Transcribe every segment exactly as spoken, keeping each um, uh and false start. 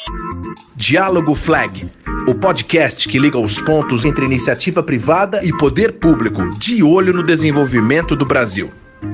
Diálogo Flag, o podcast que liga os pontos entre iniciativa privada e poder público, de olho no desenvolvimento do Brasil.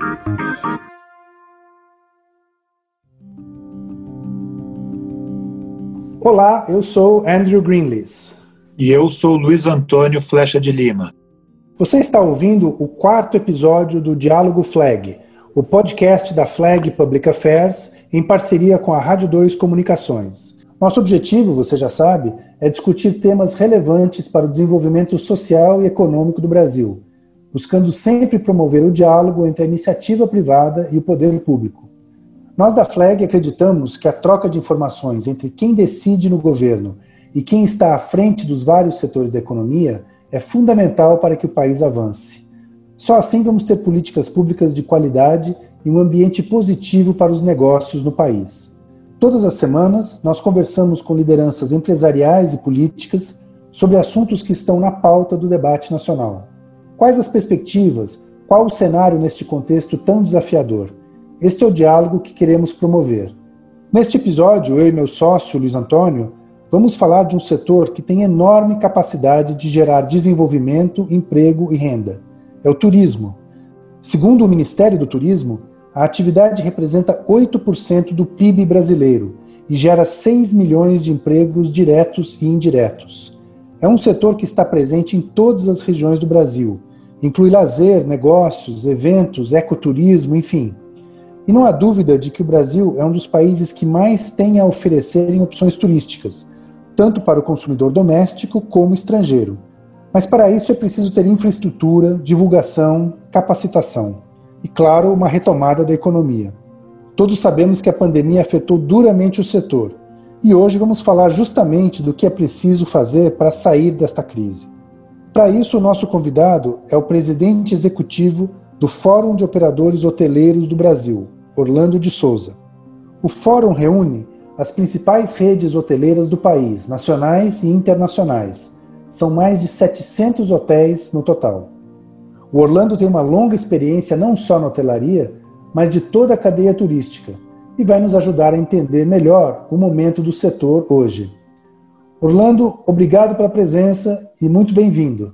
Olá, eu sou Andrew Greenlees. E eu sou Luiz Antônio Flecha de Lima. Você está ouvindo o quarto episódio do Diálogo Flag, o podcast da Flag Public Affairs, em parceria com a Rádio dois Comunicações. Nosso objetivo, você já sabe, é discutir temas relevantes para o desenvolvimento social e econômico do Brasil, buscando sempre promover o diálogo entre a iniciativa privada e o poder público. Nós da Flag acreditamos que a troca de informações entre quem decide no governo e quem está à frente dos vários setores da economia é fundamental para que o país avance. Só assim vamos ter políticas públicas de qualidade e um ambiente positivo para os negócios no país. Todas as semanas, nós conversamos com lideranças empresariais e políticas sobre assuntos que estão na pauta do debate nacional. Quais as perspectivas? Qual o cenário neste contexto tão desafiador? Este é o diálogo que queremos promover. Neste episódio, eu e meu sócio, Luiz Antônio, vamos falar de um setor que tem enorme capacidade de gerar desenvolvimento, emprego e renda. É o turismo. Segundo o Ministério do Turismo, a atividade representa oito por cento do P I B brasileiro e gera seis milhões de empregos diretos e indiretos. É um setor que está presente em todas as regiões do Brasil. Inclui lazer, negócios, eventos, ecoturismo, enfim. E não há dúvida de que o Brasil é um dos países que mais tem a oferecer em opções turísticas, tanto para o consumidor doméstico como estrangeiro. Mas para isso é preciso ter infraestrutura, divulgação, capacitação e, claro, uma retomada da economia. Todos sabemos que a pandemia afetou duramente o setor e hoje vamos falar justamente do que é preciso fazer para sair desta crise. Para isso, o nosso convidado é o presidente executivo do Fórum de Operadores Hoteleiros do Brasil, Orlando de Souza. O fórum reúne as principais redes hoteleiras do país, nacionais e internacionais. São mais de setecentos hotéis no total. O Orlando tem uma longa experiência não só na hotelaria, mas de toda a cadeia turística e vai nos ajudar a entender melhor o momento do setor hoje. Orlando, obrigado pela presença e muito bem-vindo.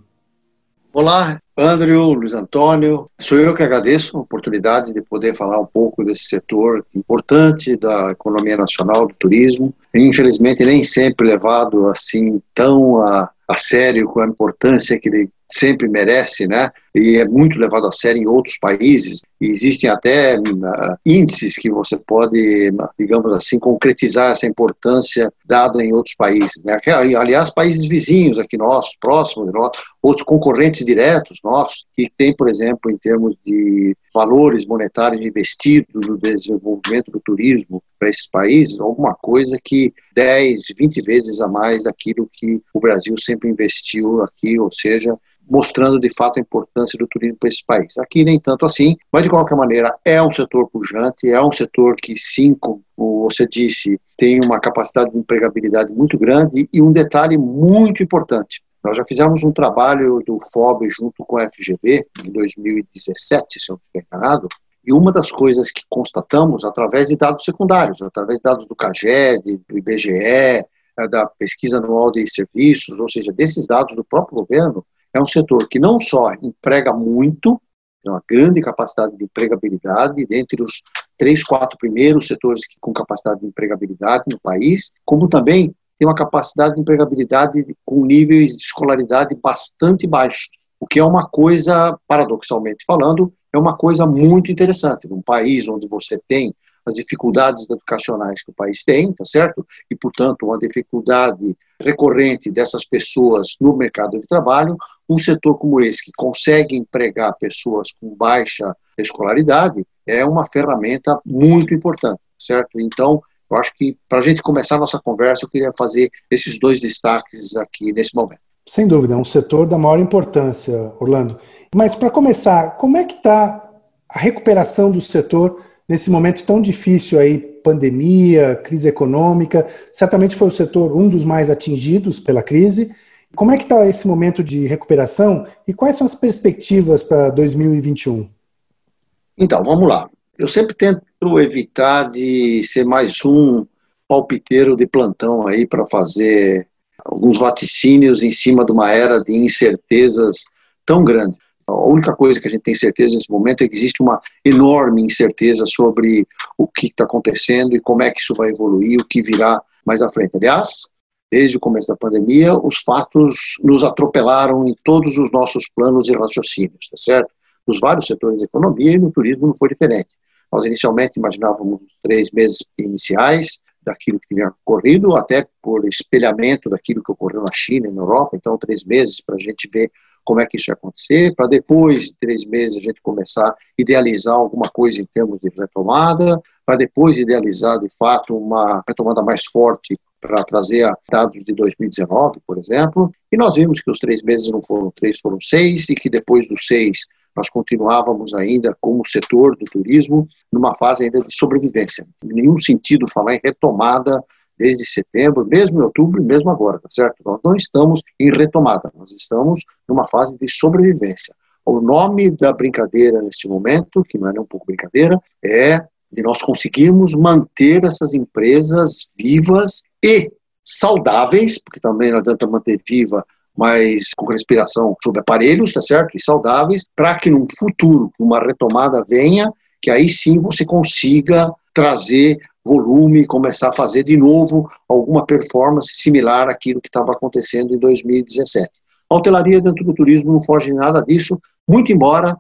Olá, Andrew, Luiz Antônio. Sou eu que agradeço a oportunidade de poder falar um pouco desse setor importante da economia nacional, do turismo. Infelizmente, nem sempre levado assim tão a, a sério com a importância que ele sempre merece, né? E é muito levado a sério em outros países. E existem até uh, índices que você pode, digamos assim, concretizar essa importância dada em outros países, né? Aliás, países vizinhos aqui nossos, próximos de nós, outros concorrentes diretos nossos, que tem, por exemplo, em termos de valores monetários investidos no desenvolvimento do turismo para esses países, alguma coisa que dez, vinte vezes a mais daquilo que o Brasil sempre investiu aqui, ou seja, mostrando de fato a importância do turismo para esse país. Aqui nem tanto assim, mas de qualquer maneira é um setor pujante, é um setor que, sim, como você disse, tem uma capacidade de empregabilidade muito grande e um detalhe muito importante. Nós já fizemos um trabalho do F O B junto com a F G V em dois mil e dezessete, se eu não estiver enganado, e uma das coisas que constatamos através de dados secundários, através de dados do CAGED, do I B G E, da pesquisa anual de serviços, ou seja, desses dados do próprio governo, é um setor que não só emprega muito, tem uma grande capacidade de empregabilidade, dentre os três, quatro primeiros setores que, com capacidade de empregabilidade no país, como também tem uma capacidade de empregabilidade com níveis de escolaridade bastante baixos, o que é uma coisa, paradoxalmente falando, é uma coisa muito interessante. Num país onde você tem as dificuldades educacionais que o país tem, tá certo? E, portanto, uma dificuldade recorrente dessas pessoas no mercado de trabalho, um setor como esse, que consegue empregar pessoas com baixa escolaridade, é uma ferramenta muito importante, certo? Então, eu acho que, para a gente começar a nossa conversa, eu queria fazer esses dois destaques aqui nesse momento. Sem dúvida, é um setor da maior importância, Orlando. Mas, para começar, como é que está a recuperação do setor nesse momento tão difícil aí, pandemia, crise econômica? Certamente foi o setor um dos mais atingidos pela crise. Como é que está esse momento de recuperação e quais são as perspectivas para dois mil e vinte e um? Então, vamos lá. Eu sempre tento evitar de ser mais um palpiteiro de plantão aí para fazer alguns vaticínios em cima de uma era de incertezas tão grande. A única coisa que a gente tem certeza nesse momento é que existe uma enorme incerteza sobre o que está acontecendo e como é que isso vai evoluir, o que virá mais à frente. Aliás, desde o começo da pandemia, os fatos nos atropelaram em todos os nossos planos e raciocínios, tá certo? Nos vários setores da economia, e no turismo não foi diferente. Nós inicialmente imaginávamos três meses iniciais daquilo que tinha ocorrido, até por espelhamento daquilo que ocorreu na China e na Europa, então três meses para a gente ver como é que isso ia acontecer, para depois de três meses a gente começar a idealizar alguma coisa em termos de retomada, para depois idealizar de fato uma retomada mais forte para trazer dados de dois mil e dezenove, por exemplo, e nós vimos que os três meses não foram três, foram seis, e que depois dos seis nós continuávamos ainda como setor do turismo numa fase ainda de sobrevivência. Em nenhum sentido falar em retomada desde setembro, mesmo em outubro e mesmo agora, tá certo? Nós não estamos em retomada, nós estamos numa fase de sobrevivência. O nome da brincadeira neste momento, que não é nem um pouco brincadeira, é de nós conseguirmos manter essas empresas vivas e saudáveis, porque também não adianta manter viva, mas com respiração sob aparelhos, tá certo? E saudáveis, para que num futuro uma retomada venha, que aí sim você consiga trazer volume e começar a fazer de novo alguma performance similar àquilo que estava acontecendo em dois mil e dezessete. A hotelaria dentro do turismo não foge de nada disso, muito embora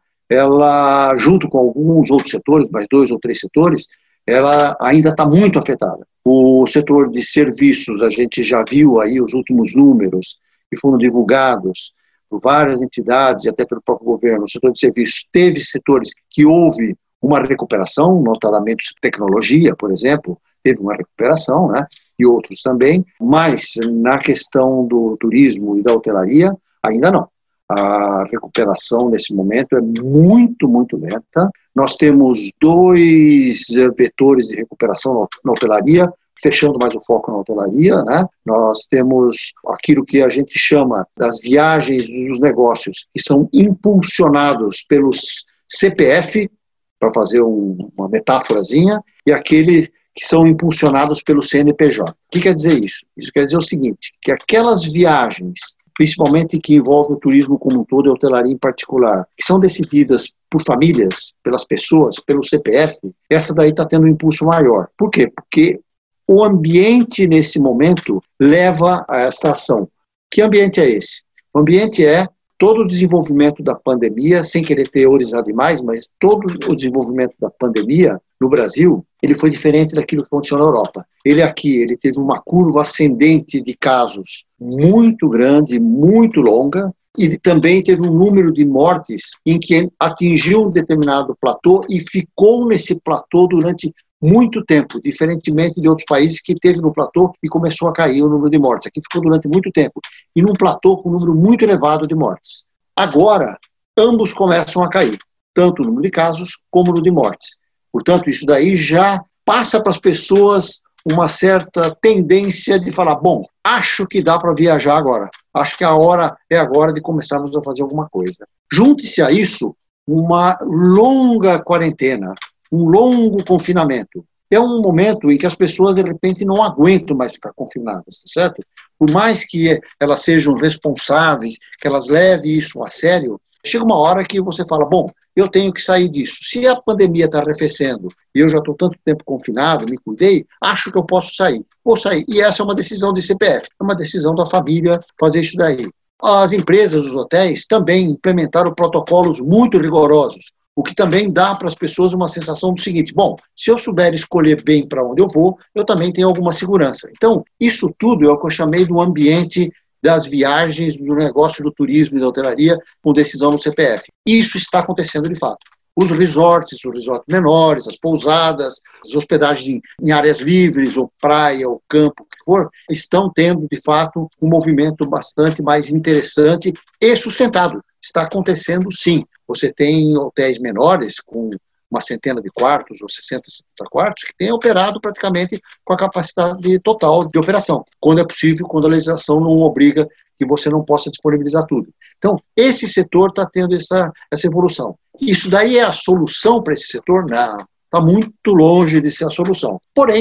ela, junto com alguns outros setores, mais dois ou três setores, ela ainda está muito afetada. O setor de serviços, a gente já viu aí os últimos números que foram divulgados por várias entidades e até pelo próprio governo. O setor de serviços teve setores que houve uma recuperação, notadamente tecnologia, por exemplo, teve uma recuperação, né? E outros também, mas na questão do turismo e da hotelaria, ainda não. A recuperação nesse momento é muito, muito lenta. Nós temos dois vetores de recuperação na hotelaria, fechando mais o foco na hotelaria, né? Nós temos aquilo que a gente chama das viagens dos negócios, que são impulsionados pelos C P F, para fazer um, uma metáforazinha, e aqueles que são impulsionados pelo C N P J. O que quer dizer isso? Isso quer dizer o seguinte, que aquelas viagens, principalmente que envolvem o turismo como um todo e a hotelaria em particular, que são decididas por famílias, pelas pessoas, pelo C P F, essa daí está tendo um impulso maior. Por quê? Porque o ambiente nesse momento leva a esta ação. Que ambiente é esse? O ambiente é todo o desenvolvimento da pandemia, sem querer teorizar demais, mas todo o desenvolvimento da pandemia no Brasil, ele foi diferente daquilo que aconteceu na Europa. Ele aqui, ele teve uma curva ascendente de casos muito grande, muito longa, e também teve um número de mortes em que atingiu um determinado platô e ficou nesse platô durante muito tempo, diferentemente de outros países que teve no platô e começou a cair o número de mortes. Aqui ficou durante muito tempo, e num platô com um número muito elevado de mortes. Agora, ambos começam a cair, tanto o número de casos como o número de mortes. Portanto, isso daí já passa para as pessoas uma certa tendência de falar, bom, acho que dá para viajar agora, acho que a hora é agora de começarmos a fazer alguma coisa. Junte-se a isso uma longa quarentena, um longo confinamento. É um momento em que as pessoas, de repente, não aguentam mais ficar confinadas, certo? Por mais que elas sejam responsáveis, que elas levem isso a sério, chega uma hora que você fala, bom, eu tenho que sair disso. Se a pandemia está arrefecendo e eu já estou tanto tempo confinado, me cuidei, acho que eu posso sair. Vou sair. E essa é uma decisão de C P F, é uma decisão da família fazer isso daí. As empresas, os hotéis, também implementaram protocolos muito rigorosos, o que também dá para as pessoas uma sensação do seguinte, bom, se eu souber escolher bem para onde eu vou, eu também tenho alguma segurança. Então, isso tudo é o que eu chamei do ambiente das viagens, do negócio do turismo e da hotelaria com decisão no C P F. Isso está acontecendo de fato. Os resorts, os resorts menores, as pousadas, as hospedagens em áreas livres, ou praia, ou campo, o que for, estão tendo, de fato, um movimento bastante mais interessante e sustentado. Está acontecendo, sim. Você tem hotéis menores, com uma centena de quartos, ou sessenta, setenta quartos, que têm operado praticamente com a capacidade total de operação, quando é possível, quando a legislação não obriga que você não possa disponibilizar tudo. Então, esse setor está tendo essa, essa evolução. Isso daí é a solução para esse setor? Não, está muito longe de ser a solução. Porém,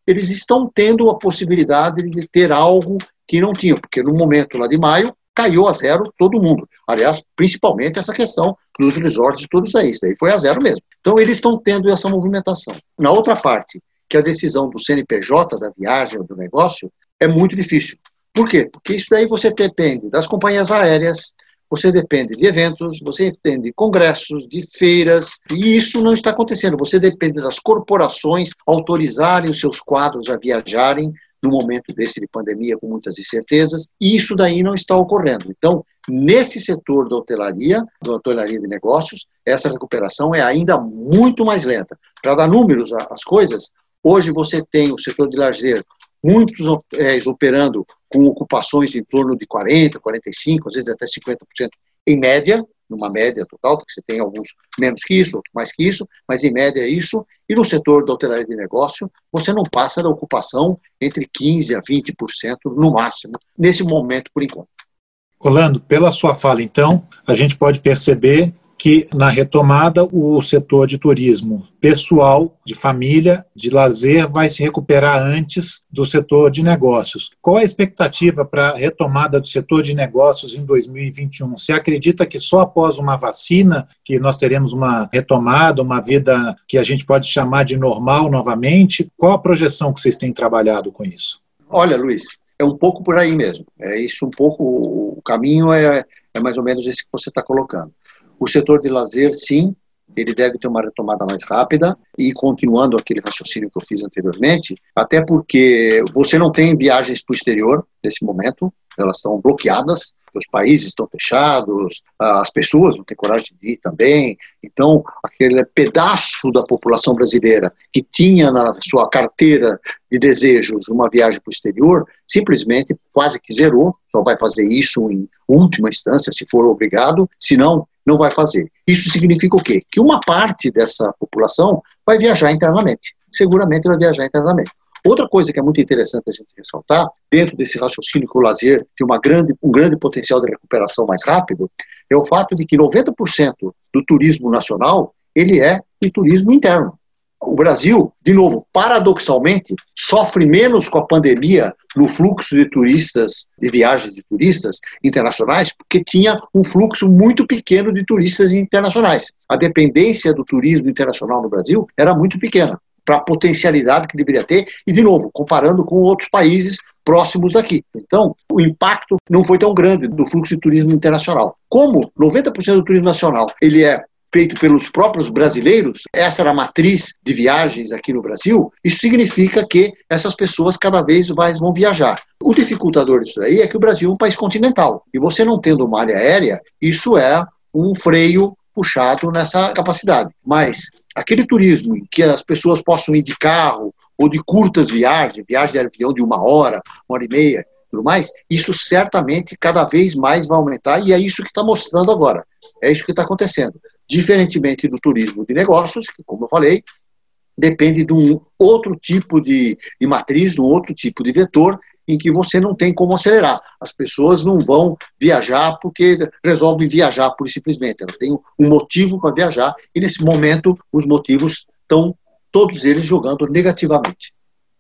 eles estão tendo a possibilidade de ter algo que não tinham, porque no momento lá de maio, caiu a zero todo mundo. Aliás, principalmente essa questão dos resorts e tudo isso aí, isso daí foi a zero mesmo. Então, eles estão tendo essa movimentação. Na outra parte, que a decisão do C N P J, da viagem, do negócio, é muito difícil. Por quê? Porque isso daí você depende das companhias aéreas, você depende de eventos, você depende de congressos, de feiras, e isso não está acontecendo. Você depende das corporações autorizarem os seus quadros a viajarem no momento desse de pandemia, com muitas incertezas, e isso daí não está ocorrendo. Então, nesse setor da hotelaria, da hotelaria de negócios, essa recuperação é ainda muito mais lenta. Para dar números às coisas, hoje você tem o setor de lazer, muitos é, operando com ocupações em torno de quarenta, quarenta e cinco, às vezes até cinquenta por cento em média, numa média total, porque você tem alguns menos que isso, outros mais que isso, mas em média é isso. E no setor da hotelaria de negócio, você não passa da ocupação entre quinze por cento a vinte por cento no máximo, nesse momento por enquanto. Orlando, pela sua fala, então, a gente pode perceber que na retomada o setor de turismo pessoal, de família, de lazer, vai se recuperar antes do setor de negócios. Qual é a expectativa para a retomada do setor de negócios em dois mil e vinte e um? Você acredita que só após uma vacina que nós teremos uma retomada, uma vida que a gente pode chamar de normal novamente? Qual a projeção que vocês têm trabalhado com isso? Olha, Luiz, é um pouco por aí mesmo. É isso um pouco, o caminho é, é mais ou menos esse que você está colocando. O setor de lazer, sim, ele deve ter uma retomada mais rápida e continuando aquele raciocínio que eu fiz anteriormente, até porque você não tem viagens para o exterior nesse momento, elas estão bloqueadas, os países estão fechados, as pessoas não têm coragem de ir também, então aquele pedaço da população brasileira que tinha na sua carteira de desejos uma viagem para o exterior, simplesmente quase que zerou, só vai fazer isso em última instância, se for obrigado, se não, não vai fazer. Isso significa o quê? Que uma parte dessa população vai viajar internamente, seguramente vai viajar internamente. Outra coisa que é muito interessante a gente ressaltar, dentro desse raciocínio que o lazer tem uma grande, um grande potencial de recuperação mais rápido, é o fato de que noventa por cento do turismo nacional, ele é de turismo interno. O Brasil, de novo, paradoxalmente, sofre menos com a pandemia no fluxo de turistas, de viagens de turistas internacionais, porque tinha um fluxo muito pequeno de turistas internacionais. A dependência do turismo internacional no Brasil era muito pequena, para a potencialidade que deveria ter, e, de novo, comparando com outros países próximos daqui. Então, o impacto não foi tão grande do fluxo de turismo internacional. Como noventa por cento do turismo nacional ele é feito pelos próprios brasileiros, essa era a matriz de viagens aqui no Brasil, isso significa que essas pessoas cada vez mais vão viajar. O dificultador disso aí é que o Brasil é um país continental, e você não tendo uma área aérea, isso é um freio puxado nessa capacidade. Mas aquele turismo em que as pessoas possam ir de carro ou de curtas viagens, viagem de avião de uma hora, uma hora e meia, tudo mais, isso certamente cada vez mais vai aumentar, e é isso que está mostrando agora. É isso que está acontecendo. Diferentemente do turismo de negócios, que, como eu falei, depende de um outro tipo de, de matriz, de um outro tipo de vetor, em que você não tem como acelerar. As pessoas não vão viajar porque resolvem viajar pura e simplesmente. Elas têm um motivo para viajar, e nesse momento os motivos estão, todos eles, jogando negativamente.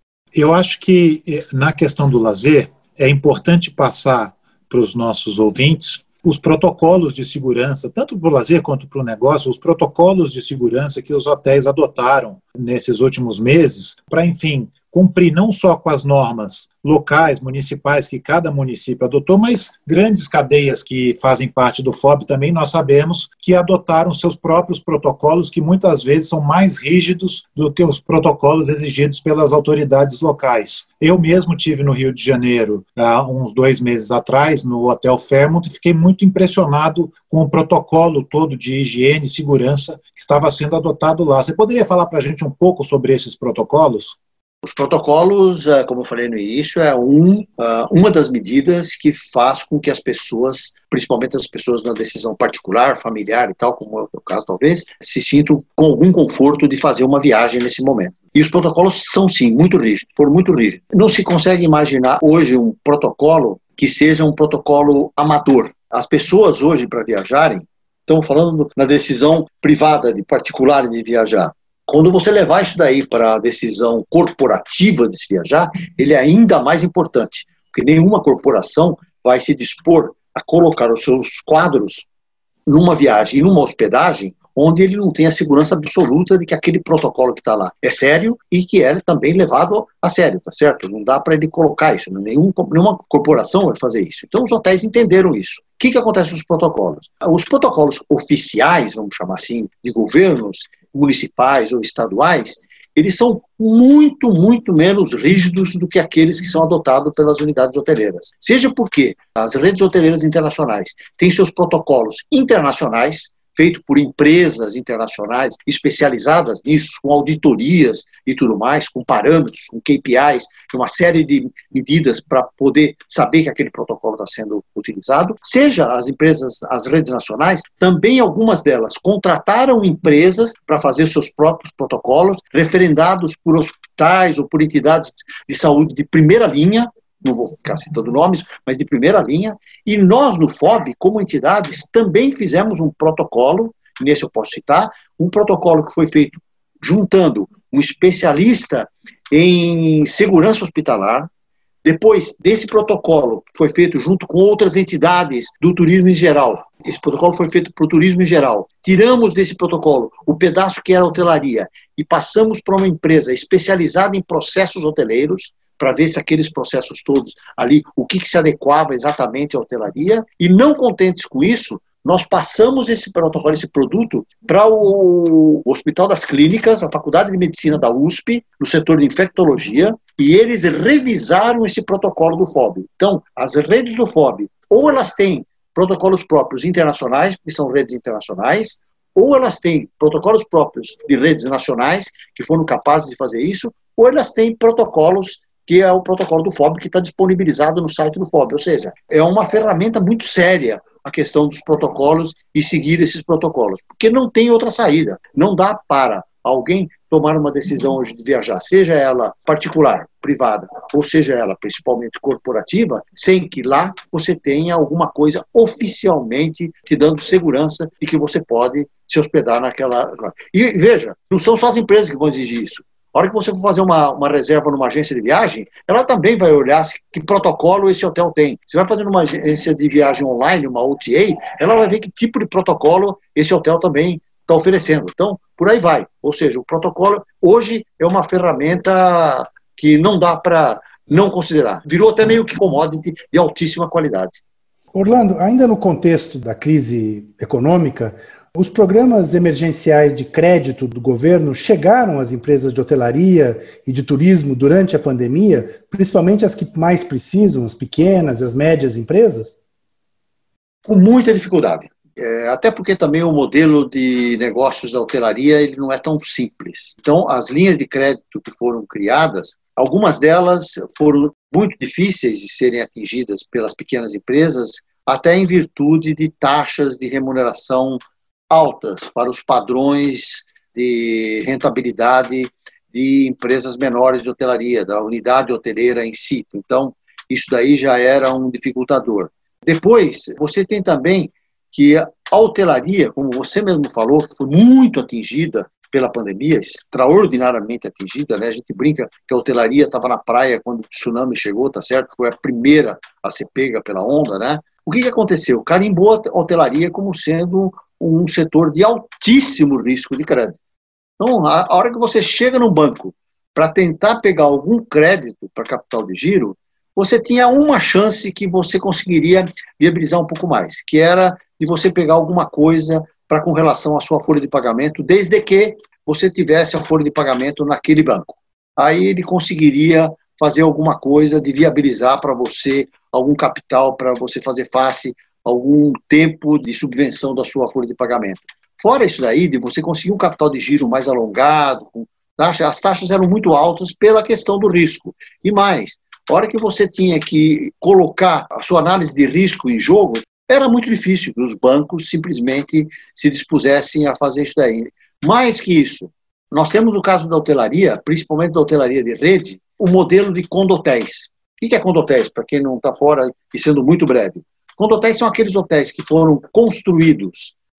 Eu acho que, na questão do lazer, é importante passar para os nossos ouvintes os protocolos de segurança, tanto para o lazer quanto para o negócio, os protocolos de segurança que os hotéis adotaram nesses últimos meses para, enfim, cumprir não só com as normas locais, municipais, que cada município adotou, mas grandes cadeias que fazem parte do F O B também, nós sabemos que adotaram seus próprios protocolos, que muitas vezes são mais rígidos do que os protocolos exigidos pelas autoridades locais. Eu mesmo tive no Rio de Janeiro, há uns dois meses atrás, no Hotel Fairmont, e fiquei muito impressionado com o protocolo todo de higiene e segurança que estava sendo adotado lá. Você poderia falar para a gente um pouco sobre esses protocolos? Os protocolos, como eu falei no início, é um, uma das medidas que faz com que as pessoas, principalmente as pessoas na decisão particular, familiar e tal, como é o caso talvez, se sintam com algum conforto de fazer uma viagem nesse momento. E os protocolos são, sim, muito rígidos, foram muito rígidos. Não se consegue imaginar hoje um protocolo que seja um protocolo amador. As pessoas hoje, para viajarem, estão falando na decisão privada de particular de viajar. Quando você levar isso daí para a decisão corporativa de se viajar, ele é ainda mais importante, porque nenhuma corporação vai se dispor a colocar os seus quadros numa viagem e numa hospedagem onde ele não tem a segurança absoluta de que aquele protocolo que está lá é sério e que é também levado a sério, tá certo? Não dá para ele colocar isso, nenhum, nenhuma corporação vai fazer isso. Então os hotéis entenderam isso. O que, que acontece com os protocolos? Os protocolos oficiais, vamos chamar assim, de governos municipais ou estaduais, eles são muito, muito menos rígidos do que aqueles que são adotados pelas unidades hoteleiras. Seja porque as redes hoteleiras internacionais têm seus protocolos internacionais, feito por empresas internacionais especializadas nisso, com auditorias e tudo mais, com parâmetros, com K P Is, uma série de medidas para poder saber que aquele protocolo está sendo utilizado. Seja as empresas, as redes nacionais, também algumas delas contrataram empresas para fazer seus próprios protocolos, referendados por hospitais ou por entidades de saúde de primeira linha, não vou ficar citando nomes, mas de primeira linha, e nós no F O B, como entidades, também fizemos um protocolo, nesse eu posso citar, um protocolo que foi feito juntando um especialista em segurança hospitalar. Depois desse protocolo, que foi feito junto com outras entidades do turismo em geral, esse protocolo foi feito para o turismo em geral, tiramos desse protocolo o pedaço que era hotelaria e passamos para uma empresa especializada em processos hoteleiros, para ver se aqueles processos todos ali, o que, que se adequava exatamente à hotelaria, e não contentes com isso, nós passamos esse protocolo, esse produto, para o Hospital das Clínicas, a Faculdade de Medicina da U S P, no setor de infectologia, e eles revisaram esse protocolo do F O B. Então, as redes do F O B, ou elas têm protocolos próprios internacionais, que são redes internacionais, ou elas têm protocolos próprios de redes nacionais, que foram capazes de fazer isso, ou elas têm protocolos que é o protocolo do F O B, que está disponibilizado no site do F O B. Ou seja, é uma ferramenta muito séria a questão dos protocolos e seguir esses protocolos, porque não tem outra saída. Não dá para alguém tomar uma decisão hoje de viajar, seja ela particular, privada, ou seja ela principalmente corporativa, sem que lá você tenha alguma coisa oficialmente te dando segurança de que você pode se hospedar naquela... E veja, não são só as empresas que vão exigir isso. A hora que você for fazer uma, uma reserva numa agência de viagem, ela também vai olhar que protocolo esse hotel tem. Você vai fazer numa agência de viagem online, uma O T A, ela vai ver que tipo de protocolo esse hotel também está oferecendo. Então, por aí vai. Ou seja, o protocolo hoje é uma ferramenta que não dá para não considerar. Virou até meio que commodity de altíssima qualidade. Orlando, ainda no contexto da crise econômica, os programas emergenciais de crédito do governo chegaram às empresas de hotelaria e de turismo durante a pandemia, principalmente as que mais precisam, as pequenas e as médias empresas? Com muita dificuldade. É, até porque também o modelo de negócios da hotelaria ele não é tão simples. Então, as linhas de crédito que foram criadas, algumas delas foram muito difíceis de serem atingidas pelas pequenas empresas, até em virtude de taxas de remuneração altas para os padrões de rentabilidade de empresas menores de hotelaria, da unidade hoteleira em si. Então, isso daí já era um dificultador. Depois, você tem também que a hotelaria, como você mesmo falou, que foi muito atingida pela pandemia, extraordinariamente atingida, né? A gente brinca que a hotelaria estava na praia quando o tsunami chegou, tá certo? Foi a primeira a ser pega pela onda, né? O que, que aconteceu? Carimbou a hotelaria como sendo um setor de altíssimo risco de crédito. Então, a hora que você chega no banco para tentar pegar algum crédito para capital de giro, você tinha uma chance que você conseguiria viabilizar um pouco mais, que era de você pegar alguma coisa para com relação à sua folha de pagamento, desde que você tivesse a folha de pagamento naquele banco. Aí ele conseguiria fazer alguma coisa de viabilizar para você algum capital para você fazer face a algum tempo de subvenção da sua folha de pagamento. Fora isso daí, de você conseguir um capital de giro mais alongado, com taxa, as taxas eram muito altas pela questão do risco. E mais, a hora que você tinha que colocar a sua análise de risco em jogo, era muito difícil que os bancos simplesmente se dispusessem a fazer isso daí. Mais que isso, nós temos o caso da hotelaria, principalmente da hotelaria de rede, o modelo de condotéis. O que é condotéis, para quem não está fora e sendo muito breve? Condotéis são aqueles hotéis que foram construídos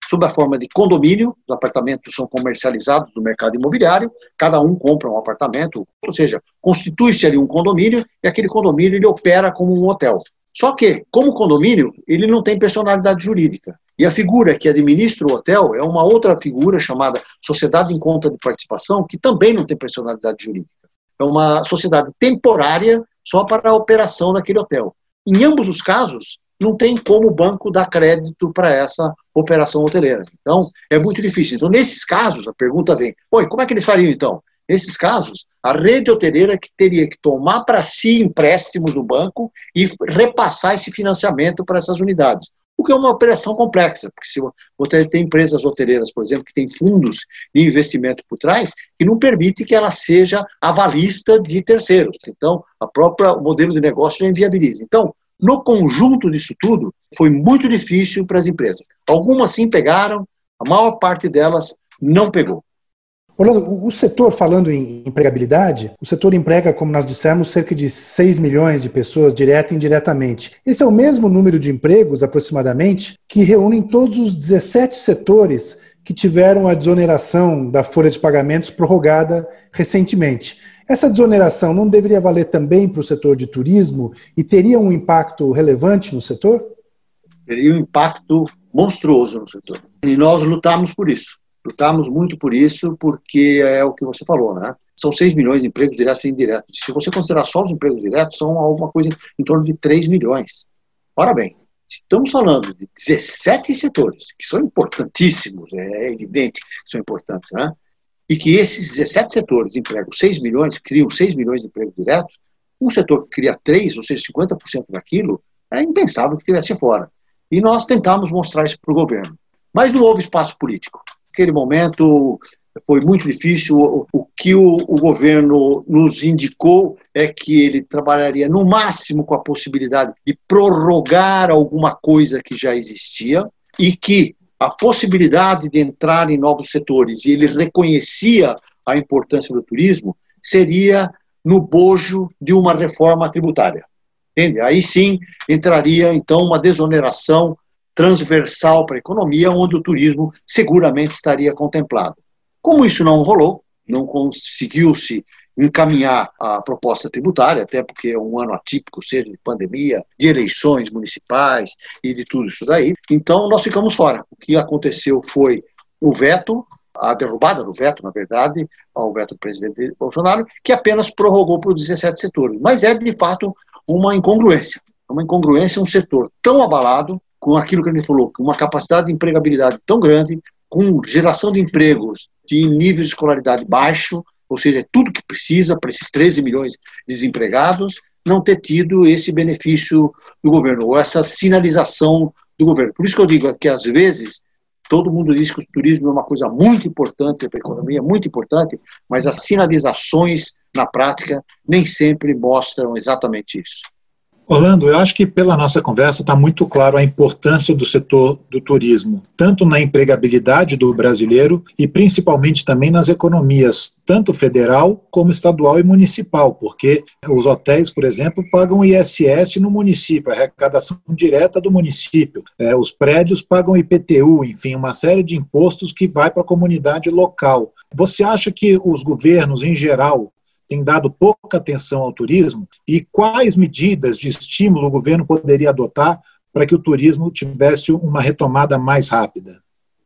sob a forma de condomínio. Os apartamentos são comercializados no mercado imobiliário, cada um compra um apartamento, ou seja, constitui-se ali um condomínio e aquele condomínio ele opera como um hotel. Só que, como condomínio, ele não tem personalidade jurídica. E a figura que administra o hotel é uma outra figura chamada Sociedade em Conta de Participação, que também não tem personalidade jurídica. É uma sociedade temporária só para a operação daquele hotel. Em ambos os casos, não tem como o banco dar crédito para essa operação hoteleira. Então, é muito difícil. Então, nesses casos, a pergunta vem, oi, como é que eles fariam então? Nesses casos, a rede hoteleira que teria que tomar para si empréstimos do banco e repassar esse financiamento para essas unidades. O que é uma operação complexa, porque se você tem empresas hoteleiras, por exemplo, que têm fundos de investimento por trás, que não permite que ela seja avalista de terceiros. Então, a própria o modelo de negócio já inviabiliza. Então, no conjunto disso tudo, foi muito difícil para as empresas. Algumas sim pegaram, a maior parte delas não pegou. Orlando, o setor, falando em empregabilidade, o setor emprega, como nós dissemos, cerca de seis milhões de pessoas, direta e indiretamente. Esse é o mesmo número de empregos, aproximadamente, que reúnem todos os dezessete setores que tiveram a desoneração da folha de pagamentos prorrogada recentemente. Essa desoneração não deveria valer também para o setor de turismo e teria um impacto relevante no setor? Teria um impacto monstruoso no setor. E nós lutamos por isso. Lutamos muito por isso, porque é o que você falou, né? São seis milhões de empregos diretos e indiretos. Se você considerar só os empregos diretos, são alguma coisa em torno de três milhões. Ora bem, estamos falando de dezessete setores, que são importantíssimos, é evidente que são importantes, né? E que esses dezessete setores empregam seis milhões, criam seis milhões de empregos diretos, um setor que cria três, ou seja, cinquenta por cento daquilo, é impensável que estivesse fora. E nós tentamos mostrar isso para o governo. Mas não houve espaço político. Naquele momento foi muito difícil. O, o que o, o governo nos indicou é que ele trabalharia no máximo com a possibilidade de prorrogar alguma coisa que já existia e que a possibilidade de entrar em novos setores, e ele reconhecia a importância do turismo, seria no bojo de uma reforma tributária. Entende? Aí sim entraria então uma desoneração transversal para a economia, onde o turismo seguramente estaria contemplado. Como isso não rolou, não conseguiu-se encaminhar a proposta tributária, até porque é um ano atípico, seja de pandemia, de eleições municipais e de tudo isso daí, então nós ficamos fora. O que aconteceu foi o veto, a derrubada do veto, na verdade, ao veto do presidente Bolsonaro, que apenas prorrogou para os dezessete setores. Mas é, de fato, uma incongruência. Uma incongruência, um setor tão abalado, com aquilo que a gente falou, com uma capacidade de empregabilidade tão grande, com geração de empregos de nível de escolaridade baixo, ou seja, tudo que precisa para esses treze milhões de desempregados, não ter tido esse benefício do governo, ou essa sinalização do governo. Por isso que eu digo que, às vezes, todo mundo diz que o turismo é uma coisa muito importante para a economia, muito importante, mas as sinalizações na prática nem sempre mostram exatamente isso. Orlando, eu acho que pela nossa conversa está muito claro a importância do setor do turismo, tanto na empregabilidade do brasileiro e principalmente também nas economias, tanto federal como estadual e municipal, porque os hotéis, por exemplo, pagam I S S no município, a arrecadação direta do município, é, os prédios pagam I P T U, enfim, uma série de impostos que vai para a comunidade local. Você acha que os governos, em geral, tem dado pouca atenção ao turismo e quais medidas de estímulo o governo poderia adotar para que o turismo tivesse uma retomada mais rápida?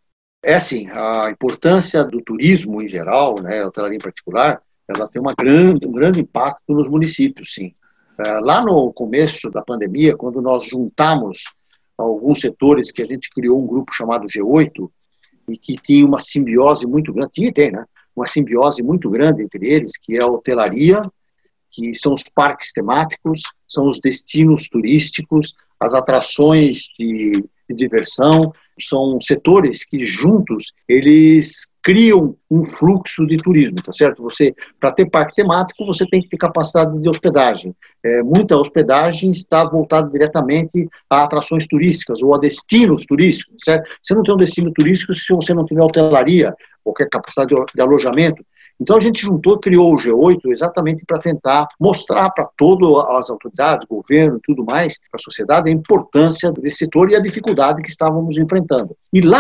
É assim, a importância do turismo em geral, né, a hotelaria em particular, ela tem uma grande, um grande impacto nos municípios, sim. Lá no começo da pandemia, quando nós juntamos alguns setores, que a gente criou um grupo chamado G oito, e que tinha uma simbiose muito grande, tinha e tem, né? Uma simbiose muito grande entre eles, que é a hotelaria, que são os parques temáticos, são os destinos turísticos, as atrações de, de diversão, são setores que juntos eles criam um fluxo de turismo, tá certo? Você, para ter parque temático, você tem que ter capacidade de hospedagem. É, muita hospedagem está voltada diretamente a atrações turísticas ou a destinos turísticos, certo? Você não tem um destino turístico se você não tiver hotelaria, qualquer capacidade de alojamento. Então a gente juntou, criou o G oito exatamente para tentar mostrar para todas as autoridades, governo e tudo mais, para a sociedade, a importância desse setor e a dificuldade que estávamos enfrentando. E lá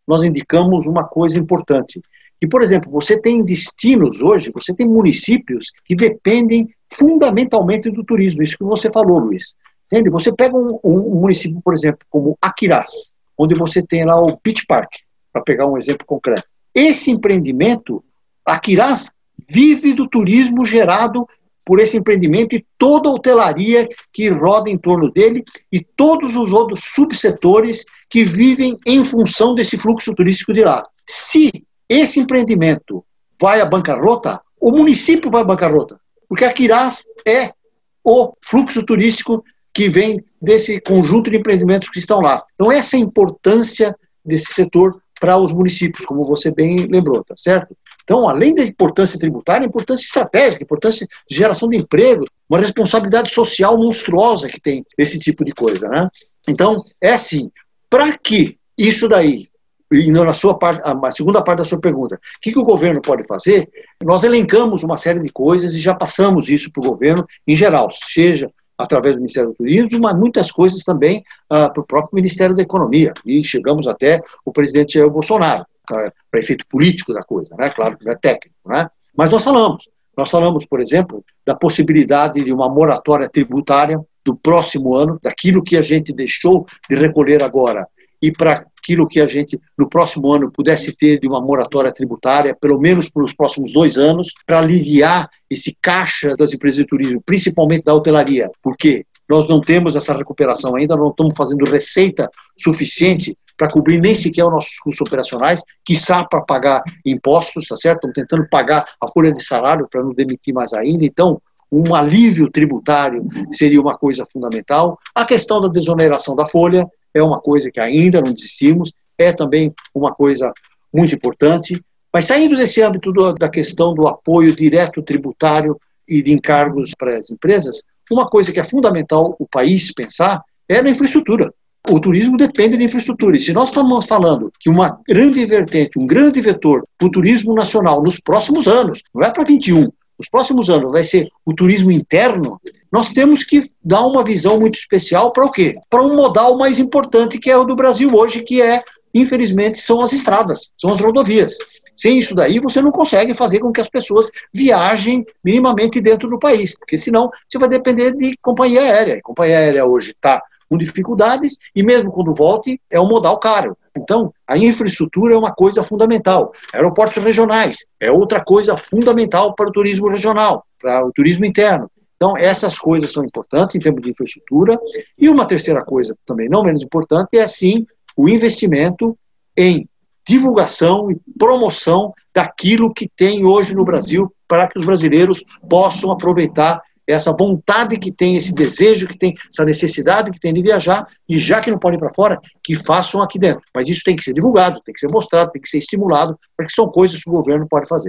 nós indicamos uma coisa importante. Que, por exemplo, você tem destinos hoje, você tem municípios que dependem fundamentalmente do turismo, isso que você falou, Luiz. Entende? Você pega um, um município, por exemplo, como Aquirás, onde você tem lá o Beach Park, para pegar um exemplo concreto. Esse empreendimento, Aquirás, vive do turismo gerado por esse empreendimento e toda a hotelaria que roda em torno dele e todos os outros subsetores que vivem em função desse fluxo turístico de lá. Se esse empreendimento vai à bancarrota, o município vai à bancarrota, porque Aquirás é o fluxo turístico que vem desse conjunto de empreendimentos que estão lá. Então essa é a importância desse setor para os municípios, como você bem lembrou, tá certo? Então, além da importância tributária, a importância estratégica, a importância de geração de emprego, uma responsabilidade social monstruosa que tem esse tipo de coisa, né? Então, é assim, para que isso daí, e na sua parte, a segunda parte da sua pergunta, o que, que o governo pode fazer? Nós elencamos uma série de coisas e já passamos isso para o governo em geral, seja através do Ministério do Turismo, mas muitas coisas também ah, para o próprio Ministério da Economia. E chegamos até o presidente Jair Bolsonaro, para efeito político da coisa, né? Claro que não é técnico, né? Mas nós falamos. Nós falamos, por exemplo, da possibilidade de uma moratória tributária do próximo ano, daquilo que a gente deixou de recolher agora, e para aquilo que a gente, no próximo ano, pudesse ter de uma moratória tributária, pelo menos pelos próximos dois anos, para aliviar esse caixa das empresas de turismo, principalmente da hotelaria, porque nós não temos essa recuperação ainda, não estamos fazendo receita suficiente para cobrir nem sequer os nossos custos operacionais, quiçá para pagar impostos, tá certo? Estamos tentando pagar a folha de salário para não demitir mais ainda, então um alívio tributário seria uma coisa fundamental. A questão da desoneração da folha é uma coisa que ainda não desistimos, é também uma coisa muito importante, mas saindo desse âmbito do, da questão do apoio direto tributário e de encargos para as empresas, uma coisa que é fundamental o país pensar é na infraestrutura. O turismo depende de infraestrutura, e se nós estamos falando que uma grande vertente, um grande vetor para o turismo nacional nos próximos anos, não é para vinte e um, nos próximos anos vai ser o turismo interno, nós temos que dar uma visão muito especial para o quê? Para um modal mais importante que é o do Brasil hoje, que é, infelizmente, são as estradas, são as rodovias. Sem isso daí, você não consegue fazer com que as pessoas viajem minimamente dentro do país, porque senão você vai depender de companhia aérea. A companhia aérea hoje está com dificuldades e mesmo quando volte é um modal caro. Então, a infraestrutura é uma coisa fundamental. Aeroportos regionais é outra coisa fundamental para o turismo regional, para o turismo interno. Então, essas coisas são importantes em termos de infraestrutura. E uma terceira coisa, também não menos importante, é, sim, o investimento em divulgação e promoção daquilo que tem hoje no Brasil para que os brasileiros possam aproveitar essa vontade que tem, esse desejo que tem, essa necessidade que tem de viajar, e já que não podem ir para fora, que façam aqui dentro. Mas isso tem que ser divulgado, tem que ser mostrado, tem que ser estimulado, porque são coisas que o governo pode fazer.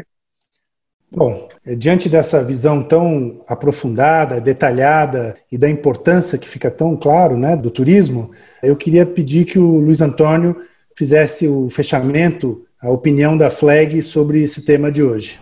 Bom, diante dessa visão tão aprofundada, detalhada e da importância que fica tão claro, né, do turismo, eu queria pedir que o Luiz Antônio fizesse o fechamento, a opinião da Fleg sobre esse tema de hoje.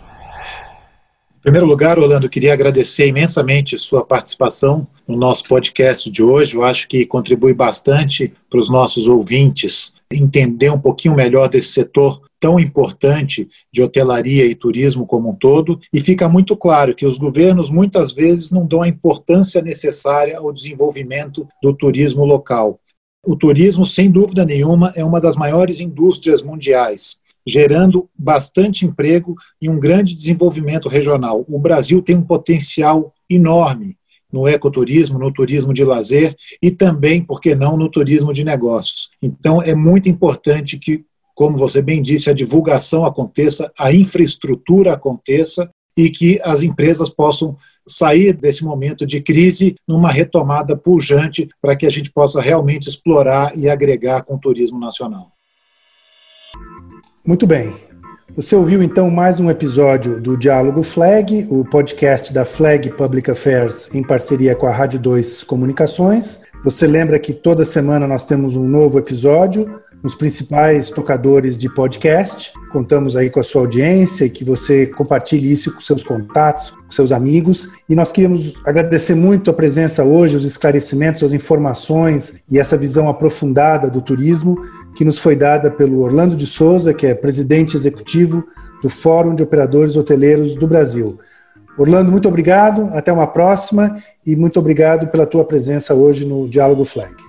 Em primeiro lugar, Orlando, queria agradecer imensamente sua participação no nosso podcast de hoje. Eu acho que contribui bastante para os nossos ouvintes entender um pouquinho melhor desse setor tão importante de hotelaria e turismo como um todo, e fica muito claro que os governos muitas vezes não dão a importância necessária ao desenvolvimento do turismo local. O turismo, sem dúvida nenhuma, é uma das maiores indústrias mundiais, gerando bastante emprego e um grande desenvolvimento regional. O Brasil tem um potencial enorme no ecoturismo, no turismo de lazer e também, por que não, no turismo de negócios. Então, é muito importante que, como você bem disse, a divulgação aconteça, a infraestrutura aconteça e que as empresas possam sair desse momento de crise numa retomada pujante para que a gente possa realmente explorar e agregar com o turismo nacional. Muito bem. Você ouviu então mais um episódio do Diálogo Fleg, o podcast da Fleg Public Affairs em parceria com a Rádio dois Comunicações. Você lembra que toda semana nós temos um novo episódio. nos principais tocadores de podcast. Contamos aí com a sua audiência e que você compartilhe isso com seus contatos, com seus amigos. E nós queríamos agradecer muito a presença hoje, os esclarecimentos, as informações e essa visão aprofundada do turismo que nos foi dada pelo Orlando de Souza, que é presidente executivo do Fórum de Operadores Hoteleiros do Brasil. Orlando, muito obrigado, até uma próxima e muito obrigado pela tua presença hoje no Diálogo Flag.